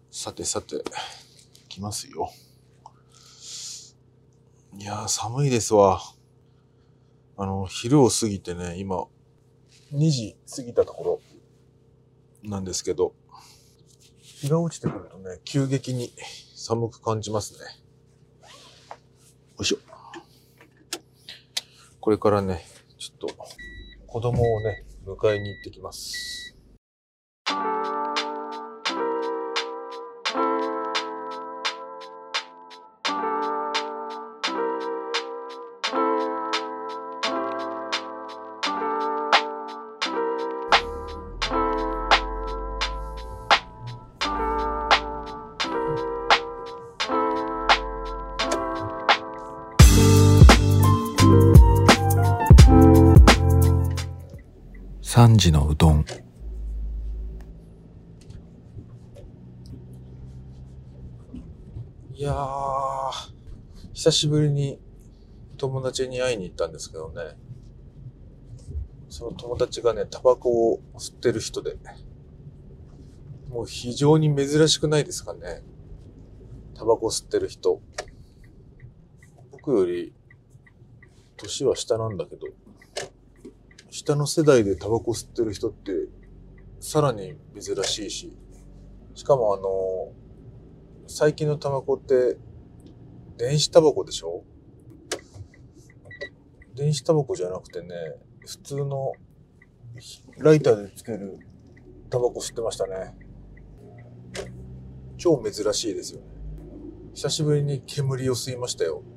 さてさて、来ますよ。いやー、寒いですわ。昼を過ぎてね、今、2時過ぎたところなんですけど、日が落ちてくるとね、急激に寒く感じますね。よいしょ。これからね、ちょっと、子供をね、迎えに行ってきます。3時のうどん。いやー、久しぶりに友達に会いに行ったんですけどね、その友達がね、タバコを吸ってる人で、もう非常に珍しくないですかね。タバコ吸ってる人。僕より年は下なんだけど、下の世代でタバコ吸ってる人ってさらに珍しいし、しかも最近のタバコって電子タバコでしょ？電子タバコじゃなくてね、普通のライターでつけるタバコ吸ってましたね。超珍しいですよね。久しぶりに煙を吸いましたよ。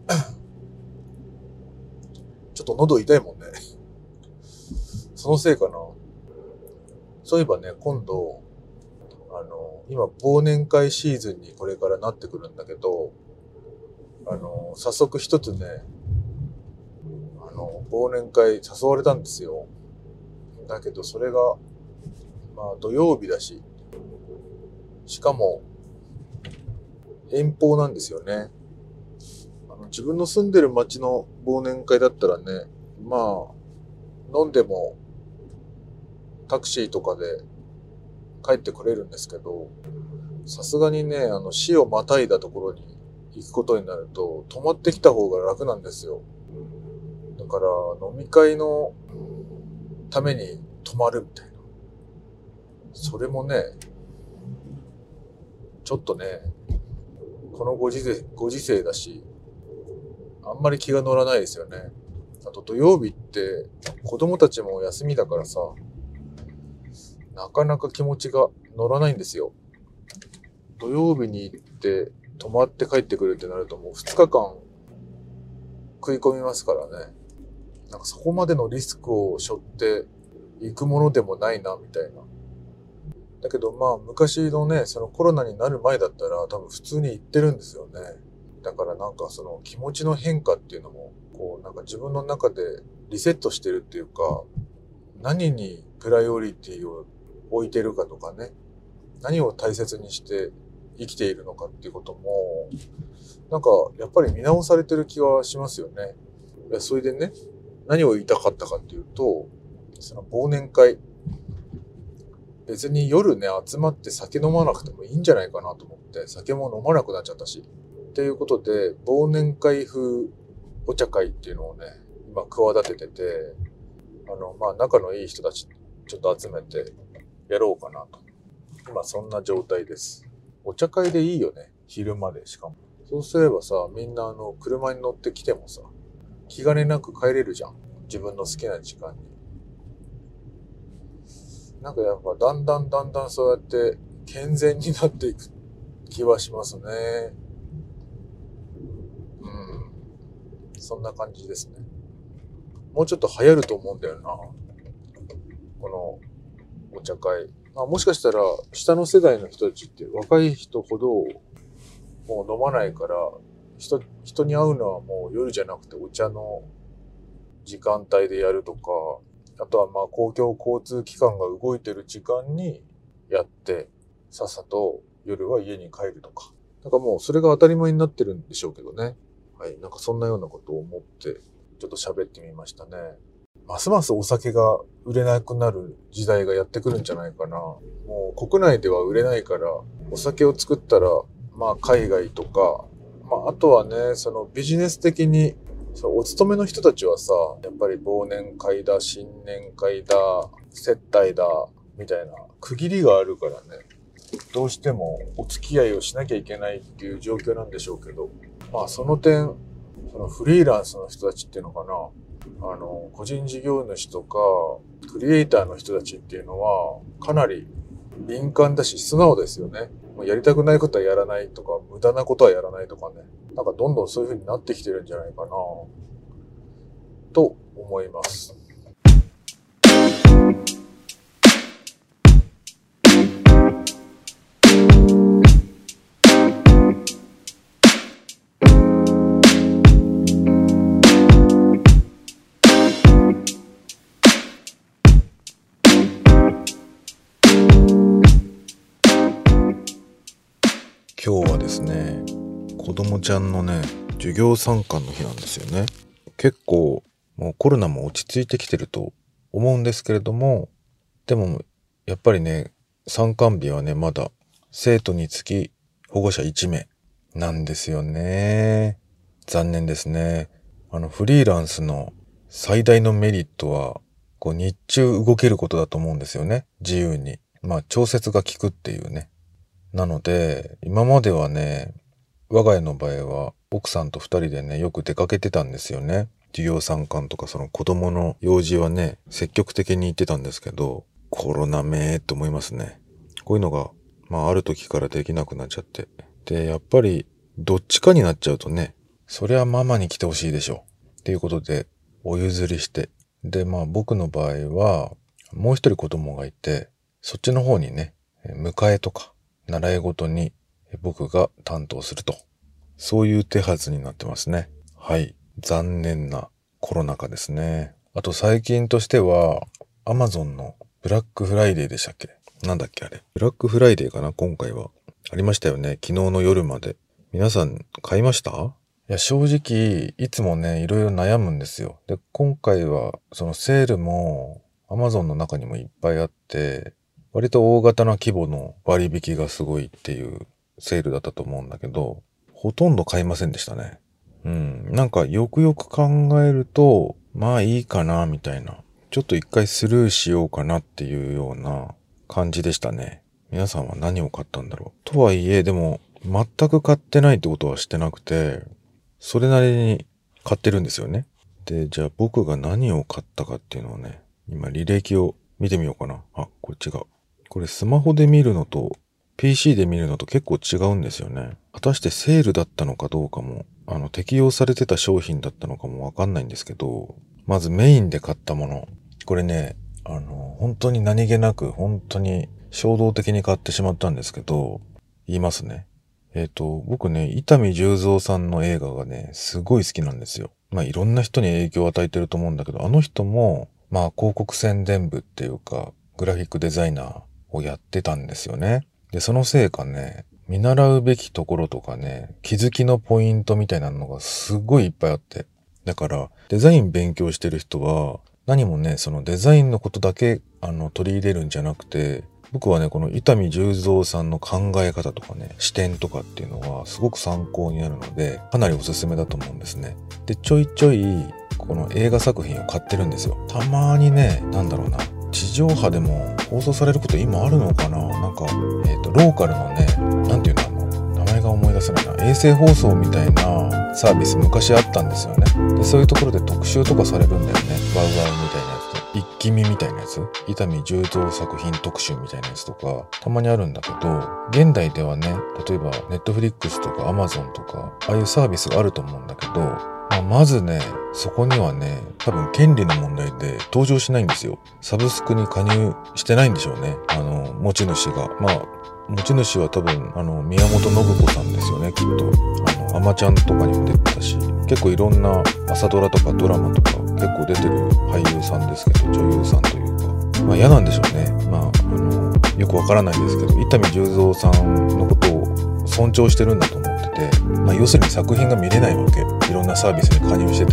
ちょっと喉痛いもんね。そのせいかな。そういえばね、今度、今忘年会シーズンにこれからなってくるんだけど、早速一つね、忘年会誘われたんですよ。だけどそれが、土曜日だし、しかも遠方なんですよね。自分の住んでる町の忘年会だったらね、飲んでもタクシーとかで帰ってくれるんですけど、さすがにね、市をまたいだところに行くことになると、泊まってきた方が楽なんですよ。だから、飲み会のために泊まるみたいな。それもね、ちょっとね、このご時世だし、あんまり気が乗らないですよね。あと土曜日って子供たちも休みだからさ、なかなか気持ちが乗らないんですよ。土曜日に行って泊まって帰ってくるってなるともう2日間食い込みますからね。なんかそこまでのリスクを背負って行くものでもないなみたいな。だけど昔のね、そのコロナになる前だったら多分普通に行ってるんですよね。だからなんかその気持ちの変化っていうのも、こうなんか自分の中でリセットしてるっていうか、何にプライオリティを置いてるかとかね、何を大切にして生きているのかっていうことも、なんかやっぱり見直されてる気はしますよね。それでね、何を言いたかったかっていうと、その忘年会、別に夜ね、集まって酒飲まなくてもいいんじゃないかなと思って、酒も飲まなくなっちゃったし。っていうことで、忘年会風お茶会っていうのをね、今企ててて、仲のいい人たちちょっと集めてやろうかなと。今そんな状態です。お茶会でいいよね。昼までしかも。そうすればさ、みんな車に乗ってきてもさ、気兼ねなく帰れるじゃん。自分の好きな時間に。なんかやっぱだんだんそうやって健全になっていく気はしますね。そんな感じですね。もうちょっと流行ると思うんだよな。このお茶会。もしかしたら下の世代の人たちって若い人ほどもう飲まないから、人に会うのはもう夜じゃなくてお茶の時間帯でやるとか、あとは公共交通機関が動いてる時間にやって、さっさと夜は家に帰るとか。なんかもうそれが当たり前になってるんでしょうけどね。はい。なんかそんなようなことを思って、ちょっと喋ってみましたね。 ますますお酒が売れなくなる時代がやってくるんじゃないかな。もう国内では売れないから、お酒を作ったら、海外とか、あとはね、そのビジネス的に、お勤めの人たちはさ、やっぱり忘年会だ、新年会だ、接待だ、みたいな区切りがあるからね、どうしてもお付き合いをしなきゃいけないっていう状況なんでしょうけど、その点、そのフリーランスの人たちっていうのかな、個人事業主とか、クリエイターの人たちっていうのは、かなり敏感だし、素直ですよね。やりたくないことはやらないとか、無駄なことはやらないとかね。なんかどんどんそういう風になってきてるんじゃないかな、と思います。今日はですね、子供ちゃんのね、授業参観の日なんですよね。結構もうコロナも落ち着いてきてると思うんですけれども、でもやっぱりね、参観日はね、まだ生徒につき保護者1名なんですよね。残念ですね。フリーランスの最大のメリットは、日中動けることだと思うんですよね。自由に。調節が効くっていうね。なので、今まではね、我が家の場合は奥さんと2人でね、よく出かけてたんですよね。授業参観とかその子供の用事はね、積極的に行ってたんですけど、コロナめーって思いますね。こういうのが、ある時からできなくなっちゃって。で、やっぱり、どっちかになっちゃうとね、そりゃママに来てほしいでしょ。っていうことで、お譲りして。で、僕の場合は、もう一人子供がいて、そっちの方にね、迎えとか、習い事に僕が担当すると。そういう手はずになってますね。はい。残念なコロナ禍ですね。あと最近としては、Amazon のブラックフライデーでしたっけ？なんだっけあれ。ブラックフライデーかな今回は。ありましたよね。昨日の夜まで。皆さん買いました？いや、正直、いつもね、いろいろ悩むんですよ。で、今回は、そのセールも Amazon の中にもいっぱいあって、割と大型な規模の割引がすごいっていうセールだったと思うんだけど、ほとんど買いませんでしたね。なんかよくよく考えると、いいかなみたいな。ちょっと一回スルーしようかなっていうような感じでしたね。皆さんは何を買ったんだろう。とはいえ、でも全く買ってないってことはしてなくて、それなりに買ってるんですよね。で、じゃあ僕が何を買ったかっていうのをね、今履歴を見てみようかな。これ違う。これスマホで見るのと PC で見るのと結構違うんですよね。果たしてセールだったのかどうかも、適用されてた商品だったのかもわかんないんですけど、まずメインで買ったもの。これね、本当に何気なく、本当に衝動的に買ってしまったんですけど、言いますね。僕ね、伊丹十三さんの映画がね、すごい好きなんですよ。いろんな人に影響を与えてると思うんだけど、あの人も、広告宣伝部っていうか、グラフィックデザイナーをやってたんですよね。で、そのせいかね、見習うべきところとかね、気づきのポイントみたいなのがすごいいっぱいあって。だから、デザイン勉強してる人は、何もね、そのデザインのことだけ、取り入れるんじゃなくて、僕はね、この伊丹十三さんの考え方とかね、視点とかっていうのはすごく参考になるので、かなりおすすめだと思うんですね。で、ちょいちょい、この映画作品を買ってるんですよ。たまにね、地上波でも放送されること今あるのかな？なんか、ローカルのね、なんていうの名前が思い出せないな。衛星放送みたいなサービス昔あったんですよね。で、そういうところで特集とかされるんだよね。ワウワウみたいなやつで。一気見みたいなやつ。伊丹十三作品特集みたいなやつとか、たまにあるんだけど、現代ではね、例えば、ネットフリックスとかアマゾンとか、ああいうサービスがあると思うんだけど、まずね、そこにはね、多分権利の問題で登場しないんですよ。サブスクに加入してないんでしょうね。持ち主が。持ち主は多分、宮本信子さんですよね、きっと。アマちゃんとかにも出てたし、結構いろんな朝ドラとかドラマとか結構出てる俳優さんですけど、女優さんというか。嫌なんでしょうね。よくわからないですけど、伊丹十三さんのことを尊重してるんだと思ってて、要するに作品が見れないわけ。いろんなサービスに加入してても。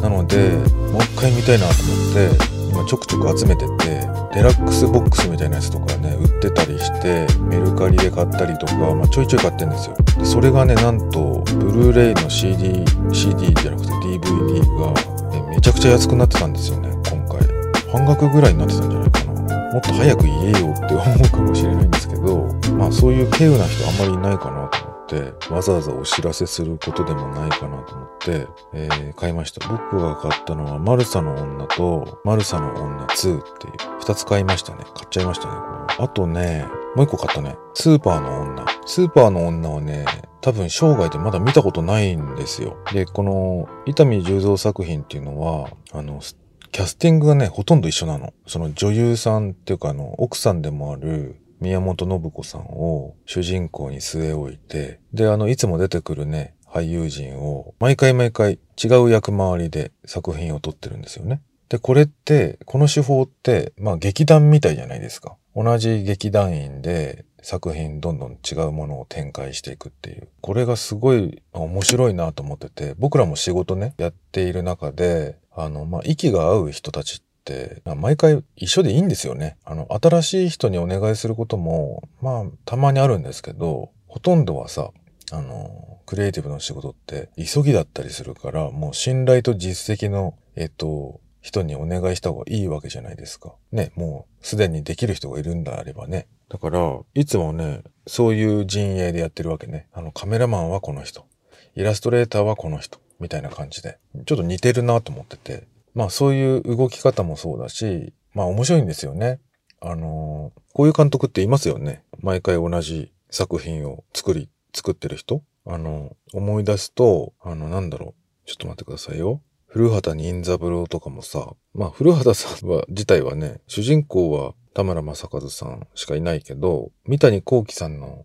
なのでもう一回見たいなと思って今ちょくちょく集めてて、デラックスボックスみたいなやつとかね売ってたりして、メルカリで買ったりとか、ちょいちょい買ってんですよ。でそれがねなんとブルーレイの CD じゃなくて DVD が、めちゃくちゃ安くなってたんですよね。今回半額ぐらいになってたんじゃないかな。もっと早く言えよって思うかもしれないんですけど、そういう稀有な人あんまりいないかなと思って、わざわざお知らせすることでもないかなと思って、買いました。僕が買ったのはマルサの女とマルサの女2っていう2つ買いましたね。買っちゃいましたね。これあとねもう一個買ったね。スーパーの女はね多分生涯でまだ見たことないんですよ。でこの伊丹十三作品っていうのはキャスティングがねほとんど一緒なの。その女優さんっていうか奥さんでもある宮本信子さんを主人公に据え置いて、でいつも出てくるね俳優陣を毎回違う役回りで作品を撮ってるんですよね。でこの手法って劇団みたいじゃないですか。同じ劇団員で作品どんどん違うものを展開していくっていう、これがすごい面白いなと思ってて、僕らも仕事ねやっている中で息が合う人たちって毎回一緒でいいんですよね。新しい人にお願いすることもたまにあるんですけど、ほとんどはさクリエイティブの仕事って急ぎだったりするから、もう信頼と実績の人にお願いした方がいいわけじゃないですかね。もうすでにできる人がいるんであればね。だからいつもねそういう陣営でやってるわけね。カメラマンはこの人、イラストレーターはこの人みたいな感じでちょっと似てるなと思ってて、そういう動き方もそうだし、面白いんですよね。こういう監督っていますよね。毎回同じ作品を作ってる人。思い出すとなんだろう、ちょっと待ってくださいよ。古畑任三郎とかもさ、古畑さん自体はね、主人公は田村正和さんしかいないけど、三谷幸喜さんの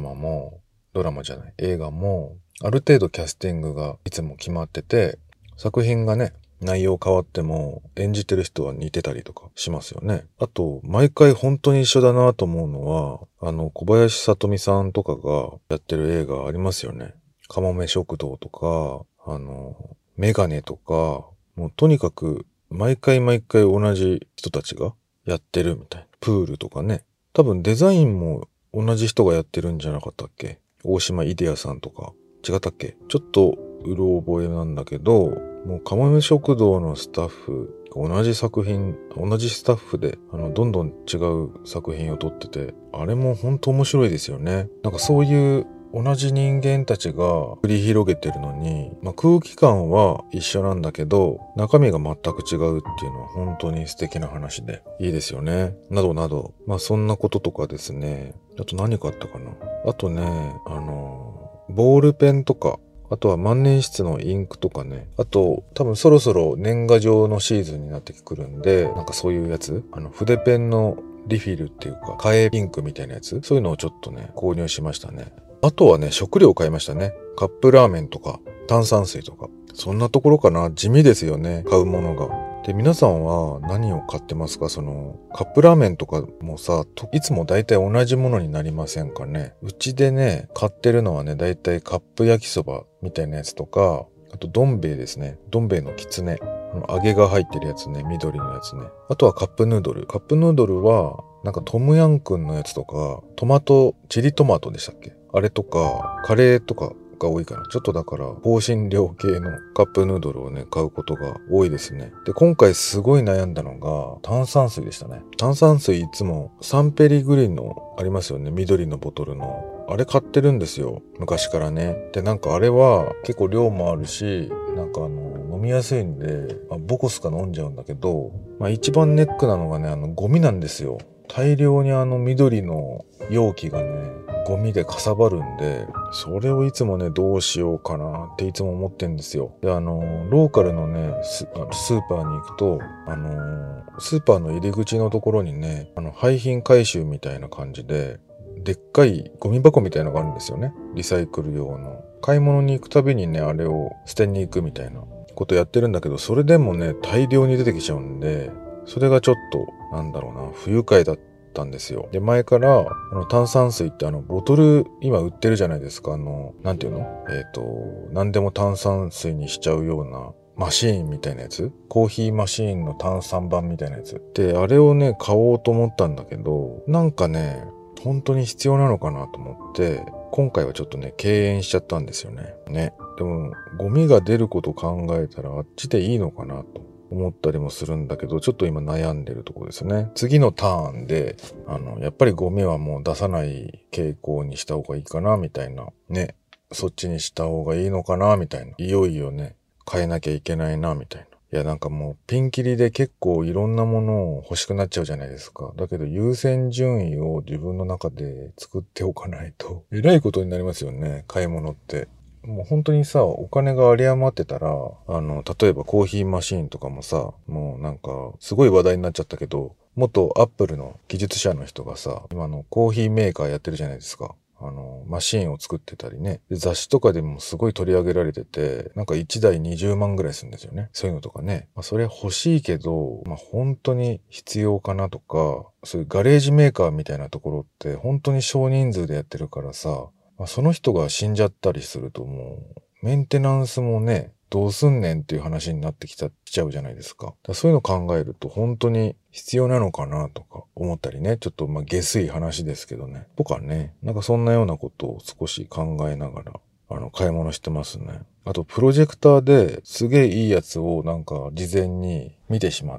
映画もある程度キャスティングがいつも決まってて、作品がね内容変わっても演じてる人は似てたりとかしますよね。あと毎回本当に一緒だなと思うのは小林聡美さんとかがやってる映画ありますよね。かもめ食堂とかメガネとか、もうとにかく毎回同じ人たちがやってるみたいな。プールとかね、多分デザインも同じ人がやってるんじゃなかったっけ。大島イデアさんとか違ったっけ。ちょっとうろ覚えなんだけど、もうかもめ食堂のスタッフ同じスタッフでどんどん違う作品を撮ってて、あれも本当面白いですよね。なんかそういう同じ人間たちが繰り広げてるのに、空気感は一緒なんだけど中身が全く違うっていうのは本当に素敵な話でいいですよね。などなど、そんなこととかですね。あと何かあったかな。あとねボールペンとか、あとは万年筆のインクとかね。あと多分そろそろ年賀状のシーズンになってくるんで、なんかそういうやつ筆ペンのリフィルっていうか替えピンクみたいなやつ、そういうのをちょっとね購入しましたね。あとはね食料買いましたね。カップラーメンとか炭酸水とか、そんなところかな。地味ですよね、買うものが。で皆さんは何を買ってますか？カップラーメンとかもさ、いつも大体同じものになりませんかね。うちでね買ってるのはね、大体カップ焼きそばみたいなやつとか、あとどん兵衛ですね。どん兵衛のきつね、揚げが入ってるやつね、緑のやつね。あとはカップヌードルはなんかトムヤンくんのやつとか、チリトマトでしたっけ、あれとかカレーとかが多いかな。ちょっとだから香辛料系のカップヌードルをね買うことが多いですね。で今回すごい悩んだのが炭酸水でしたね。炭酸水いつもサンペリグリンのありますよね、緑のボトルの、あれ買ってるんですよ、昔からね。でなんかあれは結構量もあるし、なんか飲みやすいんで、ボコスカ飲んじゃうんだけど、一番ネックなのがねゴミなんですよ。大量に緑の容器がねゴミでかさばるんで、それをいつもねどうしようかなっていつも思ってんですよ。でローカルのねスーパーに行くとスーパーの入り口のところにね廃品回収みたいな感じででっかいゴミ箱みたいなのがあるんですよね。リサイクル用の。買い物に行くたびにねあれを捨てに行くみたいなことやってるんだけど、それでもね大量に出てきちゃうんで、それがちょっと不愉快だったんですよ。で前から炭酸水ってボトル今売ってるじゃないですか。なんていうの、何でも炭酸水にしちゃうようなマシーンみたいなやつ、コーヒーマシーンの炭酸版みたいなやつで、あれをね買おうと思ったんだけど、なんかね本当に必要なのかなと思って今回はちょっとね敬遠しちゃったんですよね。でもゴミが出ること考えたらあっちでいいのかなと思ったりもするんだけど、ちょっと今悩んでるところですね。次のターンでやっぱりゴミはもう出さない傾向にした方がいいかなみたいなね、そっちにした方がいいのかなみたいな、いよいよね変えなきゃいけないなみたいな。いやなんかもうピンキリで結構いろんなものを欲しくなっちゃうじゃないですか。だけど優先順位を自分の中で作っておかないとえらいことになりますよね、買い物って。もう本当にさ、お金が有り余ってたら、例えばコーヒーマシーンとかもさ、もうなんかすごい話題になっちゃったけど、元アップルの技術者の人がさ、今のコーヒーメーカーやってるじゃないですか。マシーンを作ってたりね。で雑誌とかでもすごい取り上げられてて、なんか1台20万ぐらいするんですよね。そういうのとかね。それ欲しいけど、本当に必要かなとか、そういうガレージメーカーみたいなところって本当に少人数でやってるからさ、その人が死んじゃったりするともう、メンテナンスもね、どうすんねんっていう話になってきちゃうじゃないですか。そういうの考えると本当に必要なのかなとか思ったりね、ちょっと下水話ですけどね。とかね、なんかそんなようなことを少し考えながら、買い物してますね。あと、プロジェクターですげえいいやつをなんか事前に見てしまって、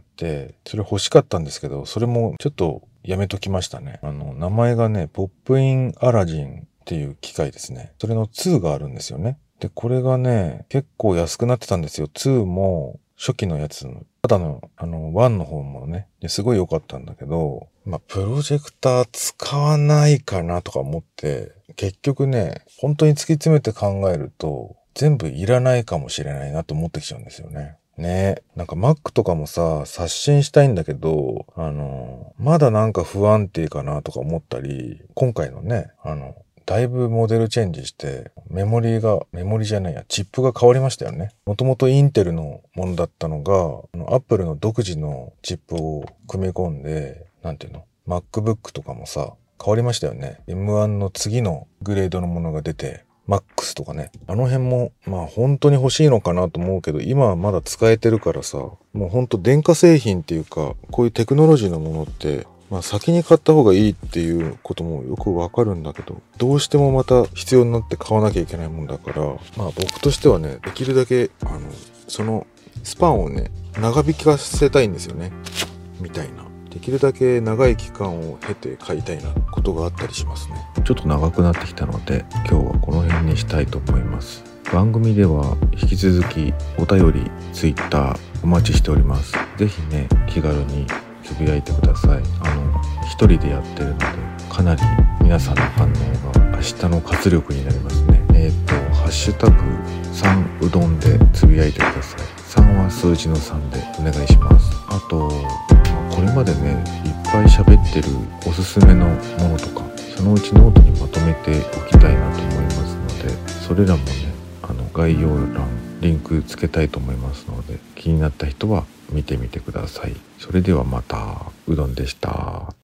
それ欲しかったんですけど、それもちょっとやめときましたね。名前がね、ポップインアラジンっていう機械ですね。それの2があるんですよね。で、これがね、結構安くなってたんですよ。2も初期のやつの、ただの、1の方もね、すごい良かったんだけど、プロジェクター使わないかなとか思って、結局ね、本当に突き詰めて考えると、全部いらないかもしれないなと思ってきちゃうんですよね。なんか Mac とかもさ、刷新したいんだけど、まだなんか不安定かなとか思ったり、今回のね、だいぶモデルチェンジして、チップが変わりましたよね。もともとインテルのものだったのが、Apple の独自のチップを組み込んで、MacBook とかもさ、変わりましたよね。M1 の次のグレードのものが出て、MAX とかね。あの辺も、本当に欲しいのかなと思うけど、今はまだ使えてるからさ、もう本当電化製品っていうか、こういうテクノロジーのものって、先に買った方がいいっていうこともよくわかるんだけど、どうしてもまた必要になって買わなきゃいけないもんだから、僕としてはね、できるだけ、そのスパンをね、長引かせたいんですよね。みたいな。できるだけ長い期間を経て買いたいなことがあったりしますね。ちょっと長くなってきたので、今日はこの辺にしたいと思います。番組では引き続きお便り、Twitter お待ちしております。ぜひね、気軽につぶやいてください。一人でやってるので、かなり皆さんの反応が明日の活力になりますね。ハッシュタグ3うどんでつぶやいてください。3は数字の3でお願いします。あと、これまでね、いっぱい喋ってるおすすめのものとか、そのうちノートにまとめておきたいなと思いますので、それらもね、概要欄リンクつけたいと思いますので、気になった人は見てみてください。それではまた、うどんでした。